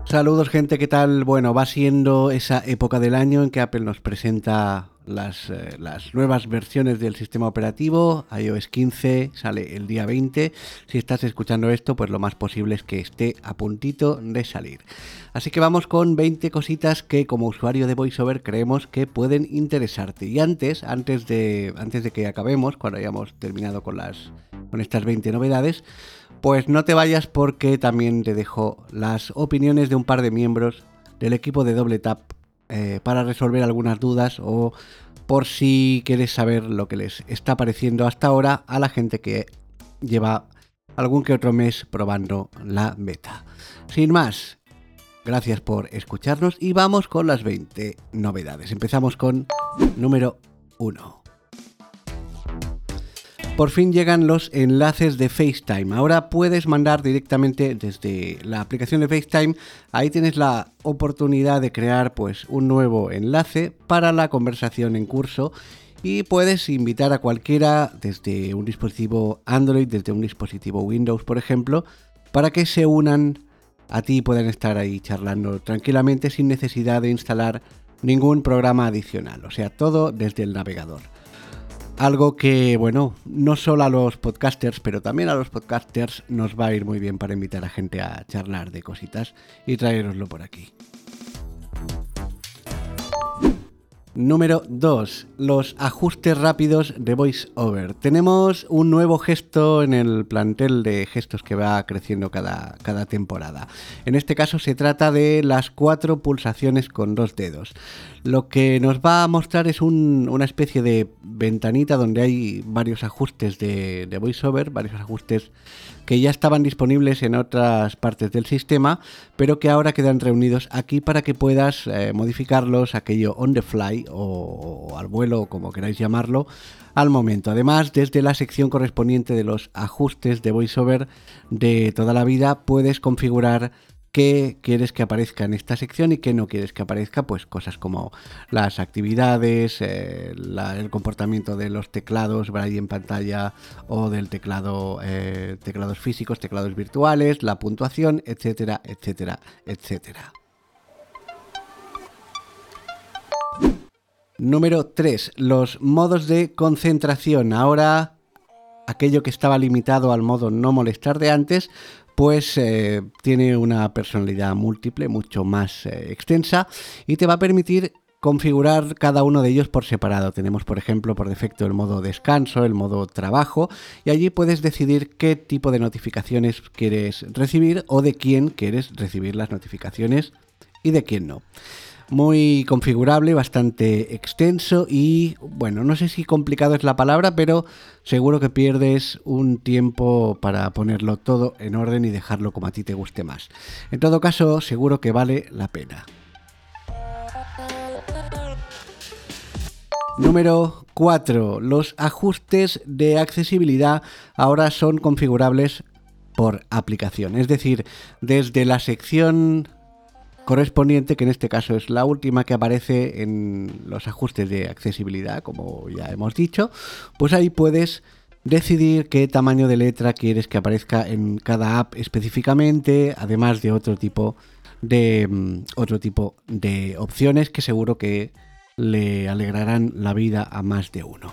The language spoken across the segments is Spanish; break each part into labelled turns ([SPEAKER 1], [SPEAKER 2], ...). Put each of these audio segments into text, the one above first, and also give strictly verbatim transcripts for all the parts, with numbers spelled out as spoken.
[SPEAKER 1] Saludos gente, ¿qué tal? Bueno, va siendo esa época del año en que Apple nos presenta las, eh, las nuevas versiones del sistema operativo. iOS quince sale el día veinte. Si estás escuchando esto, pues lo más posible es que esté a puntito de salir. Así que vamos con veinte cositas que como usuario de VoiceOver creemos que pueden interesarte. Y antes, antes de, antes de que acabemos, cuando hayamos terminado con, las, con estas veinte novedades, pues no te vayas porque también te dejo las opiniones de un par de miembros del equipo de DoubleTap eh, para resolver algunas dudas o por si quieres saber lo que les está pareciendo hasta ahora a la gente que lleva algún que otro mes probando la beta. Sin más, gracias por escucharnos y vamos con las veinte novedades. Empezamos con número uno. Por fin llegan los enlaces de FaceTime. Ahora puedes mandar directamente desde la aplicación de FaceTime. Ahí tienes la oportunidad de crear pues un nuevo enlace para la conversación en curso y puedes invitar a cualquiera desde un dispositivo Android, desde un dispositivo Windows, por ejemplo, para que se unan a ti y puedan estar ahí charlando tranquilamente sin necesidad de instalar ningún programa adicional. O sea, todo desde el navegador. Algo que, bueno, no solo a los podcasters, pero también a los podcasters nos va a ir muy bien para invitar a gente a charlar de cositas y traeroslo por aquí. Número dos. Los ajustes rápidos de VoiceOver. Tenemos un nuevo gesto en el plantel de gestos que va creciendo cada, cada temporada. En este caso se trata de las cuatro pulsaciones con dos dedos. Lo que nos va a mostrar es un, una especie de ventanita donde hay varios ajustes de, de VoiceOver, varios ajustes que ya estaban disponibles en otras partes del sistema, pero que ahora quedan reunidos aquí para que puedas eh, modificarlos, aquello on the fly o, o al vuelo, como queráis llamarlo, al momento. Además, desde la sección correspondiente de los ajustes de VoiceOver de toda la vida, puedes configurar qué quieres que aparezca en esta sección y qué no quieres que aparezca, pues cosas como las actividades, eh, la, el comportamiento de los teclados braille en pantalla o del teclado, eh, teclados físicos, teclados virtuales, la puntuación, etcétera, etcétera, etcétera. Número tres. Los modos de concentración. Ahora, aquello que estaba limitado al modo no molestar de antes, pues eh, tiene una personalidad múltiple, mucho más eh, extensa y te va a permitir configurar cada uno de ellos por separado. Tenemos, por ejemplo, por defecto el modo descanso, el modo trabajo y allí puedes decidir qué tipo de notificaciones quieres recibir o de quién quieres recibir las notificaciones y de quién no. Muy configurable, bastante extenso y, bueno, no sé si complicado es la palabra, pero seguro que pierdes un tiempo para ponerlo todo en orden y dejarlo como a ti te guste más. En todo caso, seguro que vale la pena. Número cuatro. Los ajustes de accesibilidad ahora son configurables por aplicación, es decir, desde la sección correspondiente, que en este caso es la última que aparece en los ajustes de accesibilidad, como ya hemos dicho, pues ahí puedes decidir qué tamaño de letra quieres que aparezca en cada app específicamente, además de otro tipo de um, otro tipo de opciones que seguro que le alegrarán la vida a más de uno.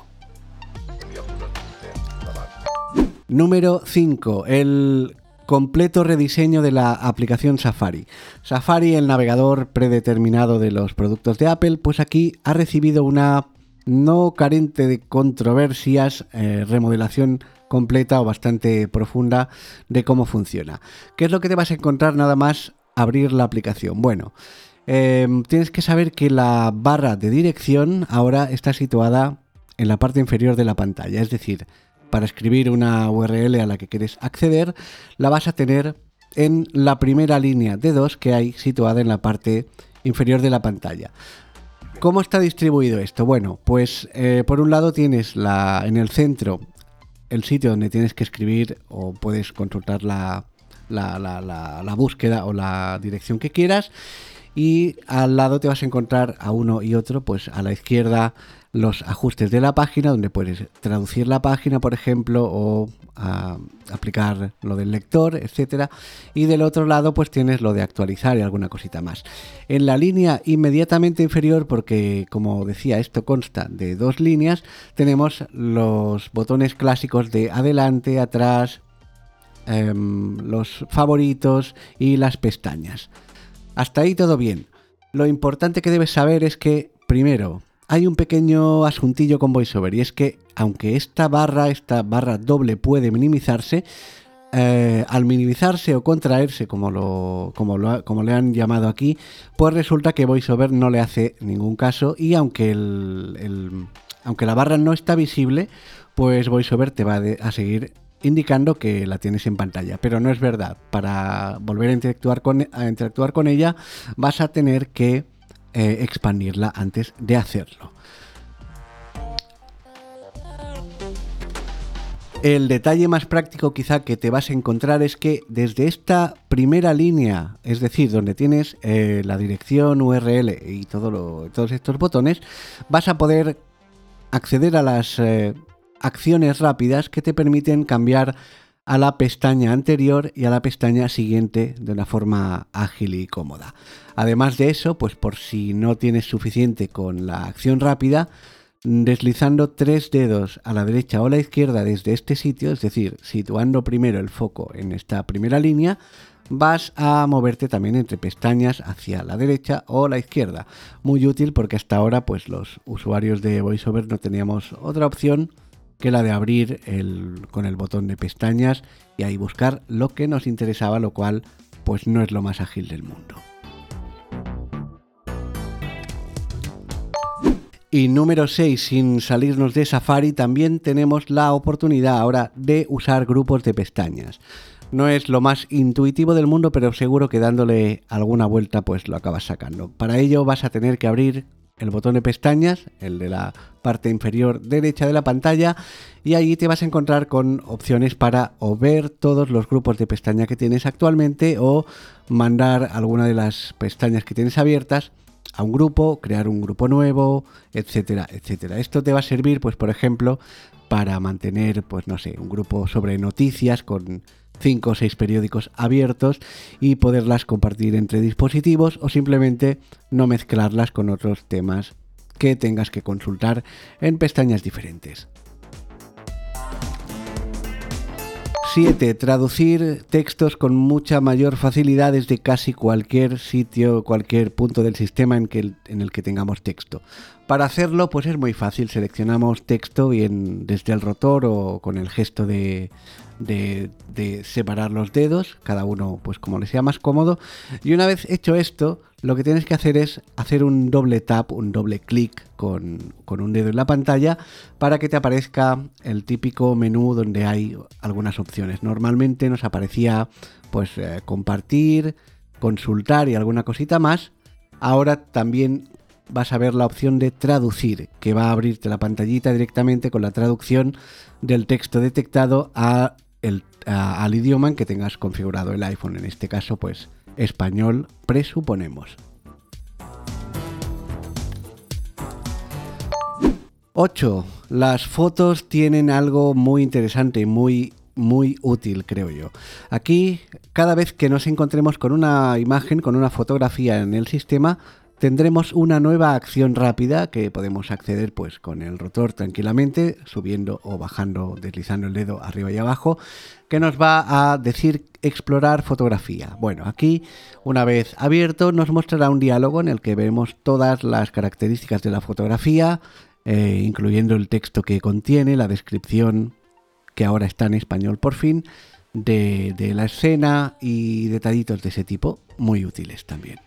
[SPEAKER 1] Número cinco. El completo rediseño de la aplicación Safari. Safari, el navegador predeterminado de los productos de Apple, pues aquí ha recibido una no carente de controversias eh, remodelación completa o bastante profunda de cómo funciona. ¿Qué es lo que te vas a encontrar nada más abrir la aplicación? Bueno, eh, tienes que saber que la barra de dirección ahora está situada en la parte inferior de la pantalla, es decir, para escribir una U R L a la que quieres acceder, la vas a tener en la primera línea de dos que hay situada en la parte inferior de la pantalla. ¿Cómo está distribuido esto? Bueno, pues eh, por un lado tienes la, en el centro el sitio donde tienes que escribir o puedes consultar la, la, la, la, la búsqueda o la dirección que quieras y al lado te vas a encontrar a uno y otro, pues a la izquierda los ajustes de la página donde puedes traducir la página, por ejemplo, o a aplicar lo del lector, etcétera. Y del otro lado pues tienes lo de actualizar y alguna cosita más. En la línea inmediatamente inferior, porque como decía esto consta de dos líneas, tenemos los botones clásicos de adelante, atrás, eh, los favoritos y las pestañas. Hasta ahí todo bien. Lo importante que debes saber es que, primero, hay un pequeño asuntillo con VoiceOver, y es que aunque esta barra, esta barra doble puede minimizarse, eh, al minimizarse o contraerse, como, lo, como, lo, como le han llamado aquí, pues resulta que VoiceOver no le hace ningún caso, y aunque, el, el, aunque la barra no está visible, pues VoiceOver te va a seguir indicando que la tienes en pantalla, pero no es verdad. Para volver a interactuar con, a interactuar con ella vas a tener que eh, expandirla antes de hacerlo. El detalle más práctico quizá que te vas a encontrar es que desde esta primera línea, es decir, donde tienes eh, la dirección U R L y todo lo, todos estos botones, vas a poder acceder a las eh, acciones rápidas que te permiten cambiar a la pestaña anterior y a la pestaña siguiente de una forma ágil y cómoda. Además de eso, pues por si no tienes suficiente con la acción rápida, deslizando tres dedos a la derecha o a la izquierda desde este sitio, es decir, situando primero el foco en esta primera línea, vas a moverte también entre pestañas hacia la derecha o la izquierda. Muy útil porque hasta ahora pues los usuarios de VoiceOver no teníamos otra opción que la de abrir el, con el botón de pestañas y ahí buscar lo que nos interesaba, lo cual pues no es lo más ágil del mundo. Y número seis, sin salirnos de Safari, también tenemos la oportunidad ahora de usar grupos de pestañas. No es lo más intuitivo del mundo, pero seguro que dándole alguna vuelta pues lo acabas sacando. Para ello vas a tener que abrir el botón de pestañas, el de la parte inferior derecha de la pantalla, y allí te vas a encontrar con opciones para o ver todos los grupos de pestaña que tienes actualmente o mandar alguna de las pestañas que tienes abiertas a un grupo, crear un grupo nuevo, etcétera, etcétera. Esto te va a servir, pues por ejemplo, para mantener, pues no sé, un grupo sobre noticias con cinco o seis periódicos abiertos y poderlas compartir entre dispositivos, o simplemente no mezclarlas con otros temas que tengas que consultar en pestañas diferentes. siete. Traducir textos con mucha mayor facilidad desde casi cualquier sitio, cualquier punto del sistema en, que el, en el que tengamos texto. Para hacerlo, pues es muy fácil. Seleccionamos texto bien desde el rotor o con el gesto de, de, de separar los dedos, cada uno pues como le sea más cómodo. Y una vez hecho esto, lo que tienes que hacer es hacer un doble tap, un doble clic con, con un dedo en la pantalla para que te aparezca el típico menú donde hay algunas opciones. Normalmente nos aparecía pues eh, compartir, consultar y alguna cosita más. Ahora también vas a ver la opción de traducir, que va a abrirte la pantallita directamente con la traducción del texto detectado a el, a, al idioma en que tengas configurado el iPhone. En este caso, pues español, presuponemos. ocho. Las fotos tienen algo muy interesante y muy, muy útil, creo yo. Aquí, cada vez que nos encontremos con una imagen, con una fotografía en el sistema, tendremos una nueva acción rápida que podemos acceder pues con el rotor tranquilamente, subiendo o bajando, deslizando el dedo arriba y abajo, que nos va a decir explorar fotografía. Bueno, aquí una vez abierto nos mostrará un diálogo en el que vemos todas las características de la fotografía, eh, incluyendo el texto que contiene, la descripción que ahora está en español por fin, de, de la escena y detallitos de ese tipo, muy útiles también.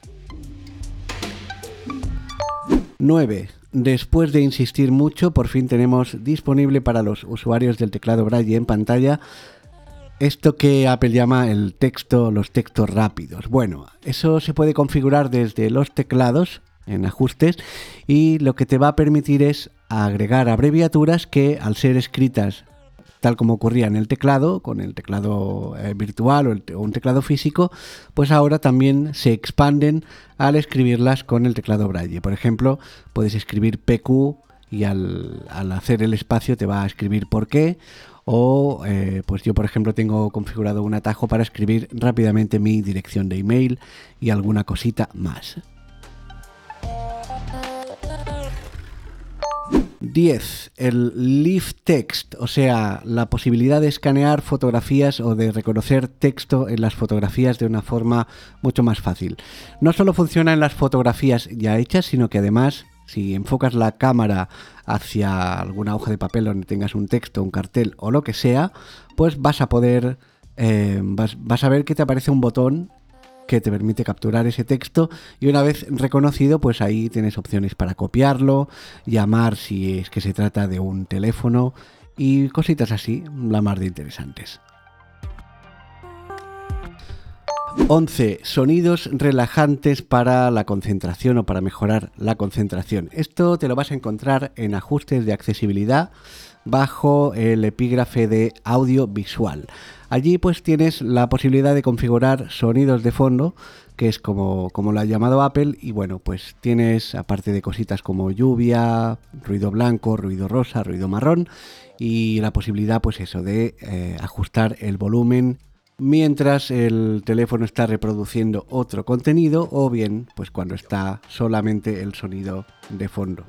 [SPEAKER 1] nueve. Después de insistir mucho, por fin tenemos disponible para los usuarios del teclado Braille en pantalla esto que Apple llama el texto, los textos rápidos. Bueno, eso se puede configurar desde los teclados en ajustes y lo que te va a permitir es agregar abreviaturas que, al ser escritas tal como ocurría en el teclado, con el teclado eh, virtual o, el te- o un teclado físico, pues ahora también se expanden al escribirlas con el teclado Braille. Por ejemplo, puedes escribir P Q y al, al hacer el espacio te va a escribir por qué. O eh, pues yo por ejemplo tengo configurado un atajo para escribir rápidamente mi dirección de email y alguna cosita más. diez. El Live Text, o sea, la posibilidad de escanear fotografías o de reconocer texto en las fotografías de una forma mucho más fácil. No solo funciona en las fotografías ya hechas, sino que además, si enfocas la cámara hacia alguna hoja de papel donde tengas un texto, un cartel o lo que sea, pues vas a poder, eh, vas, vas a ver que te aparece un botón que te permite capturar ese texto y una vez reconocido, pues ahí tienes opciones para copiarlo, llamar si es que se trata de un teléfono y cositas así, la más de interesantes. once. Sonidos relajantes para la concentración o para mejorar la concentración. Esto te lo vas a encontrar en ajustes de accesibilidad bajo el epígrafe de audio visual. Allí pues tienes la posibilidad de configurar sonidos de fondo, que es como, como lo ha llamado Apple, y bueno, pues tienes aparte de cositas como lluvia, ruido blanco, ruido rosa, ruido marrón, y la posibilidad pues eso de eh, ajustar el volumen mientras el teléfono está reproduciendo otro contenido o bien pues cuando está solamente el sonido de fondo.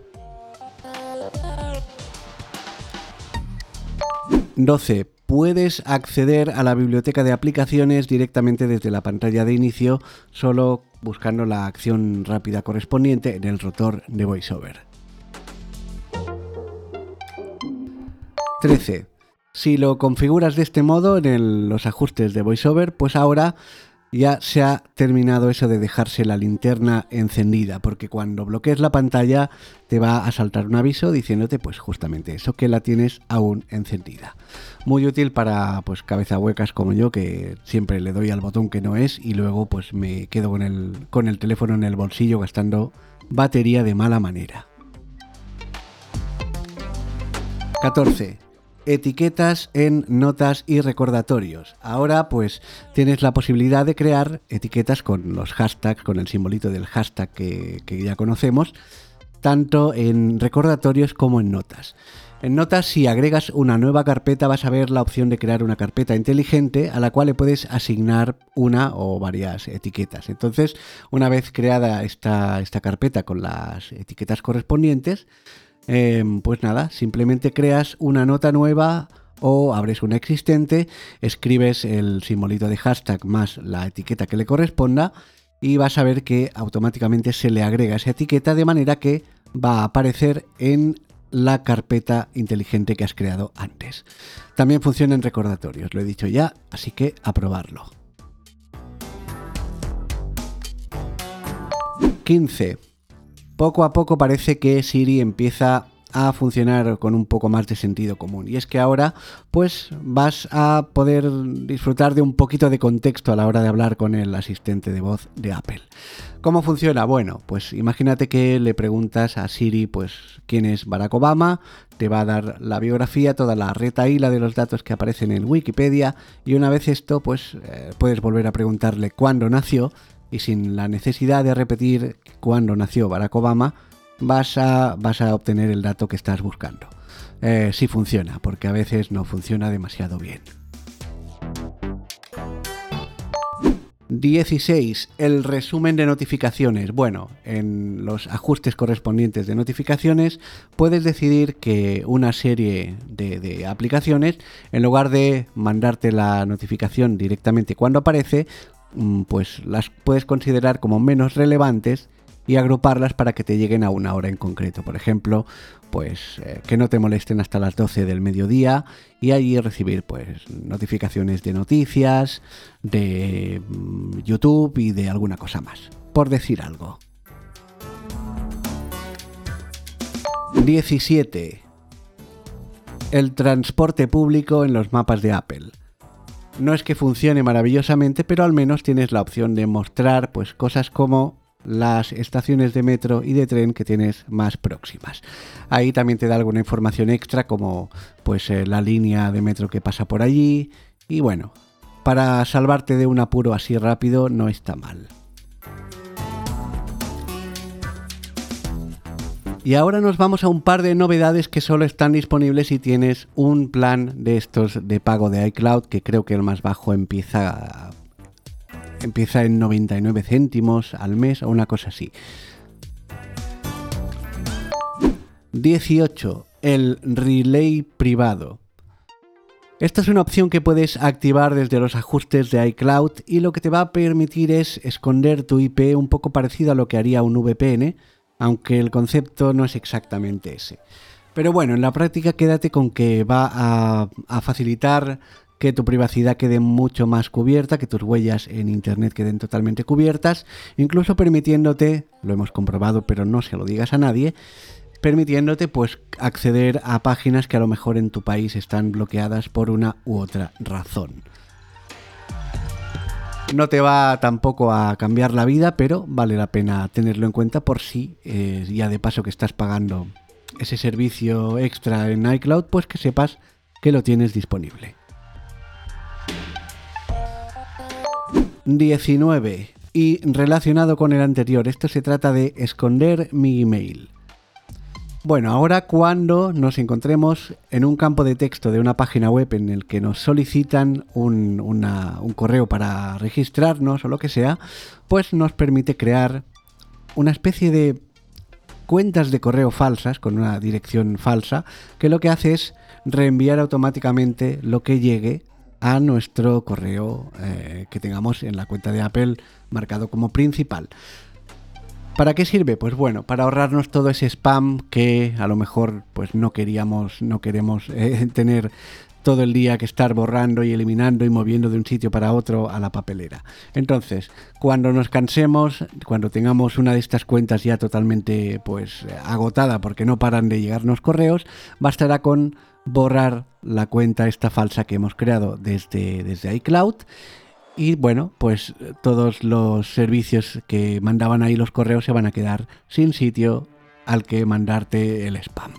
[SPEAKER 1] doce. Puedes acceder a la biblioteca de aplicaciones directamente desde la pantalla de inicio, solo buscando la acción rápida correspondiente en el rotor de VoiceOver. trece. Si lo configuras de este modo en el, los ajustes de VoiceOver, pues ahora ya se ha terminado eso de dejarse la linterna encendida, porque cuando bloquees la pantalla te va a saltar un aviso diciéndote pues justamente eso, que la tienes aún encendida. Muy útil para pues cabezahuecas como yo, que siempre le doy al botón que no es y luego pues me quedo con el, con el teléfono en el bolsillo gastando batería de mala manera. catorce. Etiquetas en notas y recordatorios. Ahora pues tienes la posibilidad de crear etiquetas con los hashtags, con el simbolito del hashtag que, que ya conocemos, tanto en recordatorios como en notas. En notas, si agregas una nueva carpeta, vas a ver la opción de crear una carpeta inteligente a la cual le puedes asignar una o varias etiquetas. Entonces, una vez creada esta, esta carpeta con las etiquetas correspondientes, Eh, pues nada, simplemente creas una nota nueva o abres una existente, escribes el simbolito de hashtag más la etiqueta que le corresponda y vas a ver que automáticamente se le agrega esa etiqueta de manera que va a aparecer en la carpeta inteligente que has creado antes. También funciona en recordatorios, lo he dicho ya, así que a probarlo. quince. Poco a poco parece que Siri empieza a funcionar con un poco más de sentido común. Y es que ahora pues vas a poder disfrutar de un poquito de contexto a la hora de hablar con el asistente de voz de Apple. ¿Cómo funciona? Bueno, pues imagínate que le preguntas a Siri pues quién es Barack Obama, te va a dar la biografía, toda la retahíla de los datos que aparecen en Wikipedia y una vez esto pues eh, puedes volver a preguntarle cuándo nació y sin la necesidad de repetir cuándo nació Barack Obama, vas a, vas a obtener el dato que estás buscando. Eh, sí funciona, porque a veces no funciona demasiado bien. dieciséis. El resumen de notificaciones. Bueno, en los ajustes correspondientes de notificaciones puedes decidir que una serie de, de aplicaciones, en lugar de mandarte la notificación directamente cuando aparece, pues las puedes considerar como menos relevantes y agruparlas para que te lleguen a una hora en concreto. Por ejemplo, pues eh, que no te molesten hasta las doce del mediodía y allí recibir pues notificaciones de noticias, de mm, YouTube y de alguna cosa más, por decir algo. diecisiete. El transporte público en los mapas de Apple. No es que funcione maravillosamente, pero al menos tienes la opción de mostrar pues cosas como las estaciones de metro y de tren que tienes más próximas. Ahí también te da alguna información extra como pues eh, la línea de metro que pasa por allí y bueno, para salvarte de un apuro así rápido no está mal. Y ahora nos vamos a un par de novedades que solo están disponibles si tienes un plan de estos de pago de iCloud, que creo que el más bajo empieza, empieza en noventa y nueve céntimos al mes o una cosa así. dieciocho. El relay privado. Esta es una opción que puedes activar desde los ajustes de iCloud y lo que te va a permitir es esconder tu I P un poco parecido a lo que haría un V P N, aunque el concepto no es exactamente ese. Pero bueno, en la práctica quédate con que va a, a facilitar que tu privacidad quede mucho más cubierta, que tus huellas en internet queden totalmente cubiertas, incluso permitiéndote, lo hemos comprobado pero no se lo digas a nadie, permitiéndote pues acceder a páginas que a lo mejor en tu país están bloqueadas por una u otra razón. No te va tampoco a cambiar la vida, pero vale la pena tenerlo en cuenta por si eh, ya de paso que estás pagando ese servicio extra en iCloud, pues que sepas que lo tienes disponible. diecinueve. Y relacionado con el anterior, esto se trata de esconder mi email. Bueno, ahora cuando nos encontremos en un campo de texto de una página web en el que nos solicitan un, una, un correo para registrarnos o lo que sea, pues nos permite crear una especie de cuentas de correo falsas con una dirección falsa, que lo que hace es reenviar automáticamente lo que llegue a nuestro correo eh, que tengamos en la cuenta de Apple marcado como principal. ¿Para qué sirve? Pues bueno, para ahorrarnos todo ese spam que a lo mejor pues no queríamos, no queremos eh, tener todo el día que estar borrando y eliminando y moviendo de un sitio para otro a la papelera. Entonces, cuando nos cansemos, cuando tengamos una de estas cuentas ya totalmente pues agotada porque no paran de llegarnos correos, bastará con borrar la cuenta esta falsa que hemos creado desde, desde iCloud. Y bueno, pues todos los servicios que mandaban ahí los correos se van a quedar sin sitio al que mandarte el spam.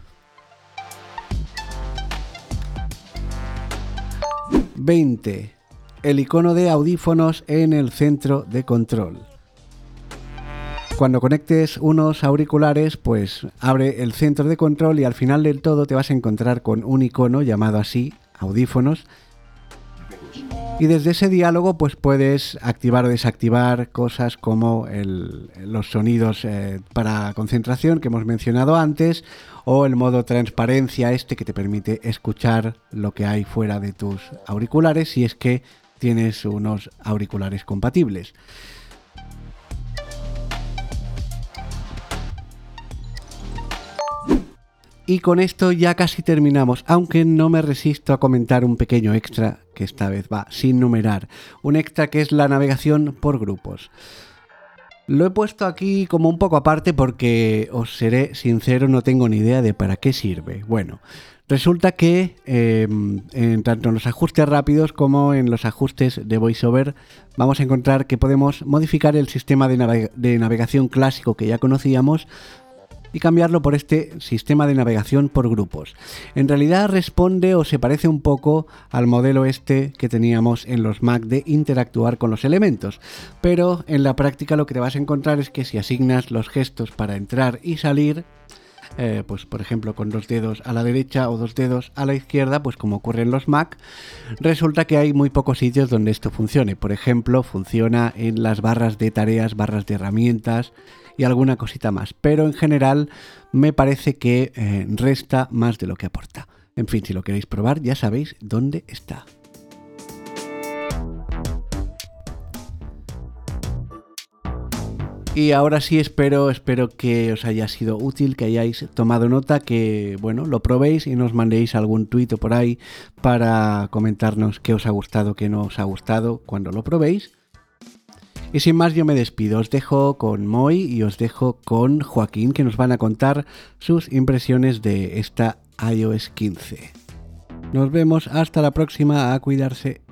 [SPEAKER 1] veinte. El icono de audífonos en el centro de control. Cuando conectes unos auriculares, pues abre el centro de control y al final del todo te vas a encontrar con un icono llamado así, audífonos. Y desde ese diálogo pues puedes activar o desactivar cosas como el, los sonidos eh, para concentración que hemos mencionado antes, o el modo transparencia este que te permite escuchar lo que hay fuera de tus auriculares si es que tienes unos auriculares compatibles. Y con esto ya casi terminamos, aunque no me resisto a comentar un pequeño extra, que esta vez va sin numerar. Un extra que es la navegación por grupos. Lo he puesto aquí como un poco aparte porque, os seré sincero, no tengo ni idea de para qué sirve. Bueno, resulta que eh, en, tanto en los ajustes rápidos como en los ajustes de VoiceOver vamos a encontrar que podemos modificar el sistema de, naveg- de navegación clásico que ya conocíamos y cambiarlo por este sistema de navegación por grupos. En realidad responde o se parece un poco al modelo este que teníamos en los Mac de interactuar con los elementos, pero en la práctica lo que te vas a encontrar es que si asignas los gestos para entrar y salir, eh, pues por ejemplo con dos dedos a la derecha o dos dedos a la izquierda, pues como ocurre en los Mac, resulta que hay muy pocos sitios donde esto funcione. Por ejemplo, funciona en las barras de tareas, barras de herramientas y alguna cosita más, pero en general me parece que eh, resta más de lo que aporta. En fin, si lo queréis probar ya sabéis dónde está. Y ahora sí espero, espero que os haya sido útil, que hayáis tomado nota, que bueno, lo probéis y nos mandéis algún tuit por ahí para comentarnos qué os ha gustado, qué no os ha gustado cuando lo probéis. Y sin más yo me despido, os dejo con Moy y os dejo con Joaquín, que nos van a contar sus impresiones de esta iOS quince. Nos vemos, hasta la próxima, a cuidarse.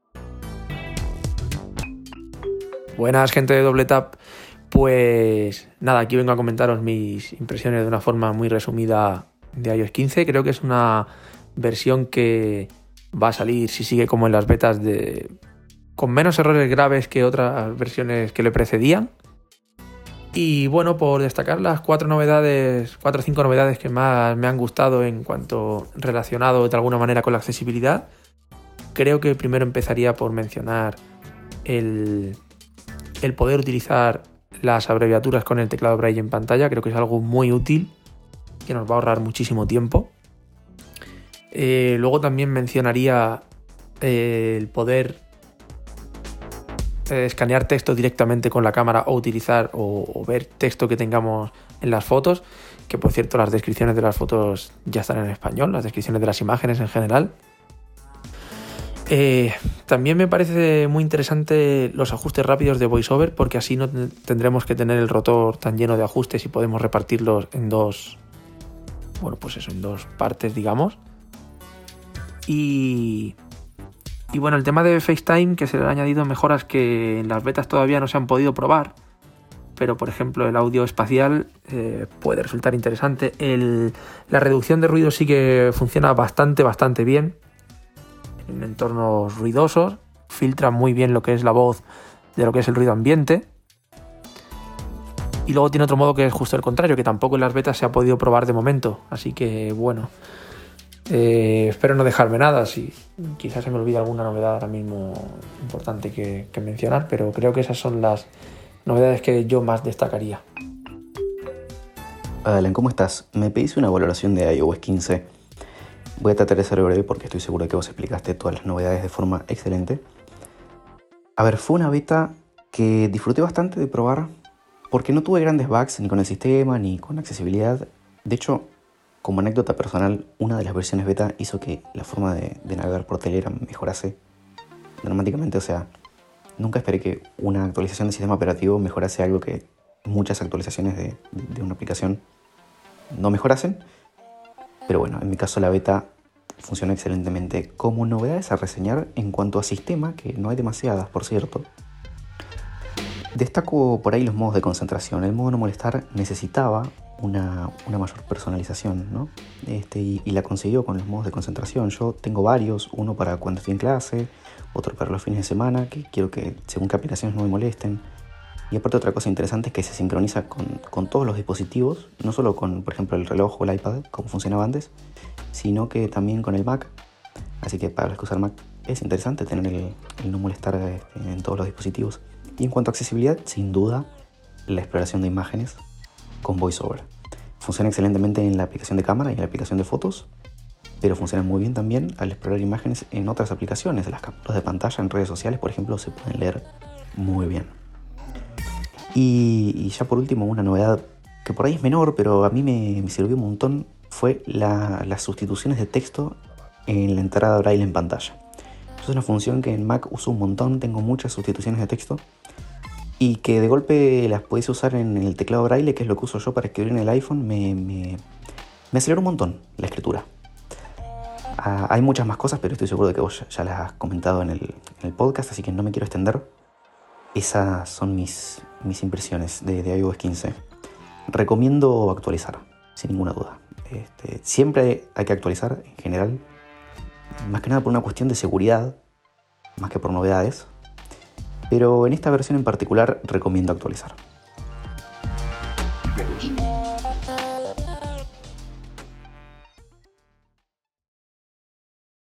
[SPEAKER 2] Buenas, gente de Doble Tap. Pues nada, aquí vengo a comentaros mis impresiones de una forma muy resumida de iOS quince. Creo que es una versión que va a salir, si sigue como en las betas, de... con menos errores graves que otras versiones que le precedían. Y bueno, por destacar las cuatro novedades, cuatro o cinco novedades que más me han gustado en cuanto relacionado de alguna manera con la accesibilidad, creo que primero empezaría por mencionar el, el poder utilizar las abreviaturas con el teclado Braille en pantalla. Creo que es algo muy útil, que nos va a ahorrar muchísimo tiempo. Eh, luego también mencionaría eh, el poder eh, escanear texto directamente con la cámara o utilizar o, o ver texto que tengamos en las fotos, que por cierto las descripciones de las fotos ya están en español, las descripciones de las imágenes en general. Eh, también me parece muy interesante los ajustes rápidos de VoiceOver, porque así no tendremos que tener el rotor tan lleno de ajustes y podemos repartirlos en dos, bueno, pues eso, en dos partes, digamos. Y, y bueno, el tema de FaceTime, que se le han añadido mejoras que en las betas todavía no se han podido probar, pero por ejemplo el audio espacial eh, puede resultar interesante. El, la reducción de ruido sí que funciona bastante, bastante bien en entornos ruidosos, filtra muy bien lo que es la voz de lo que es el ruido ambiente. Y luego tiene otro modo que es justo el contrario, que tampoco en las betas se ha podido probar de momento, así que bueno, eh, espero no dejarme nada. Si quizás se me olvida alguna novedad ahora mismo importante que, que mencionar, pero creo que esas son las novedades que yo más destacaría.
[SPEAKER 3] Alan, ¿cómo estás? Me pediste una valoración de iOS quince. Voy a tratar de ser breve porque estoy seguro que vos explicaste todas las novedades de forma excelente. A ver, fue una beta que disfruté bastante de probar porque no tuve grandes bugs ni con el sistema ni con accesibilidad. De hecho, como anécdota personal, una de las versiones beta hizo que la forma de, de navegar por Telegram mejorase dramáticamente. O sea, nunca esperé que una actualización del sistema operativo mejorase algo que muchas actualizaciones de, de una aplicación no mejorasen. Pero bueno, en mi caso la beta funciona excelentemente. Como novedades a reseñar en cuanto a sistema, que no hay demasiadas, por cierto, destaco por ahí los modos de concentración. El modo no molestar necesitaba una, una mayor personalización, ¿no? Este, y, y la consiguió con los modos de concentración. Yo tengo varios, uno para cuando estoy en clase, otro para los fines de semana, que quiero que según qué aplicaciones no me molesten. Y aparte otra cosa interesante es que se sincroniza con, con todos los dispositivos, no solo con, por ejemplo, el reloj o el iPad, como funcionaba antes, sino que también con el Mac. Así que para los que usan Mac es interesante tener el, el no molestar en todos los dispositivos. Y en cuanto a accesibilidad, sin duda, la exploración de imágenes con VoiceOver. Funciona excelentemente en la aplicación de cámara y en la aplicación de fotos, pero funciona muy bien también al explorar imágenes en otras aplicaciones. Las capturas de pantalla en redes sociales, por ejemplo, se pueden leer muy bien. Y, y ya por último, una novedad que por ahí es menor, pero a mí me, me sirvió un montón, fue la, las sustituciones de texto en la entrada Braille en pantalla. Es una función que en Mac uso un montón, tengo muchas sustituciones de texto y que de golpe las podéis usar en el teclado Braille, que es lo que uso yo para escribir en el iPhone. Me, me, me aceleró un montón la escritura. Ah, hay muchas más cosas, pero estoy seguro de que vos ya las has comentado en el, en el podcast, así que no me quiero extender. Esas son mis, mis impresiones de, de iOS quince. Recomiendo actualizar, sin ninguna duda. Este, siempre hay que actualizar en general, más que nada por una cuestión de seguridad, más que por novedades. Pero en esta versión en particular recomiendo actualizar.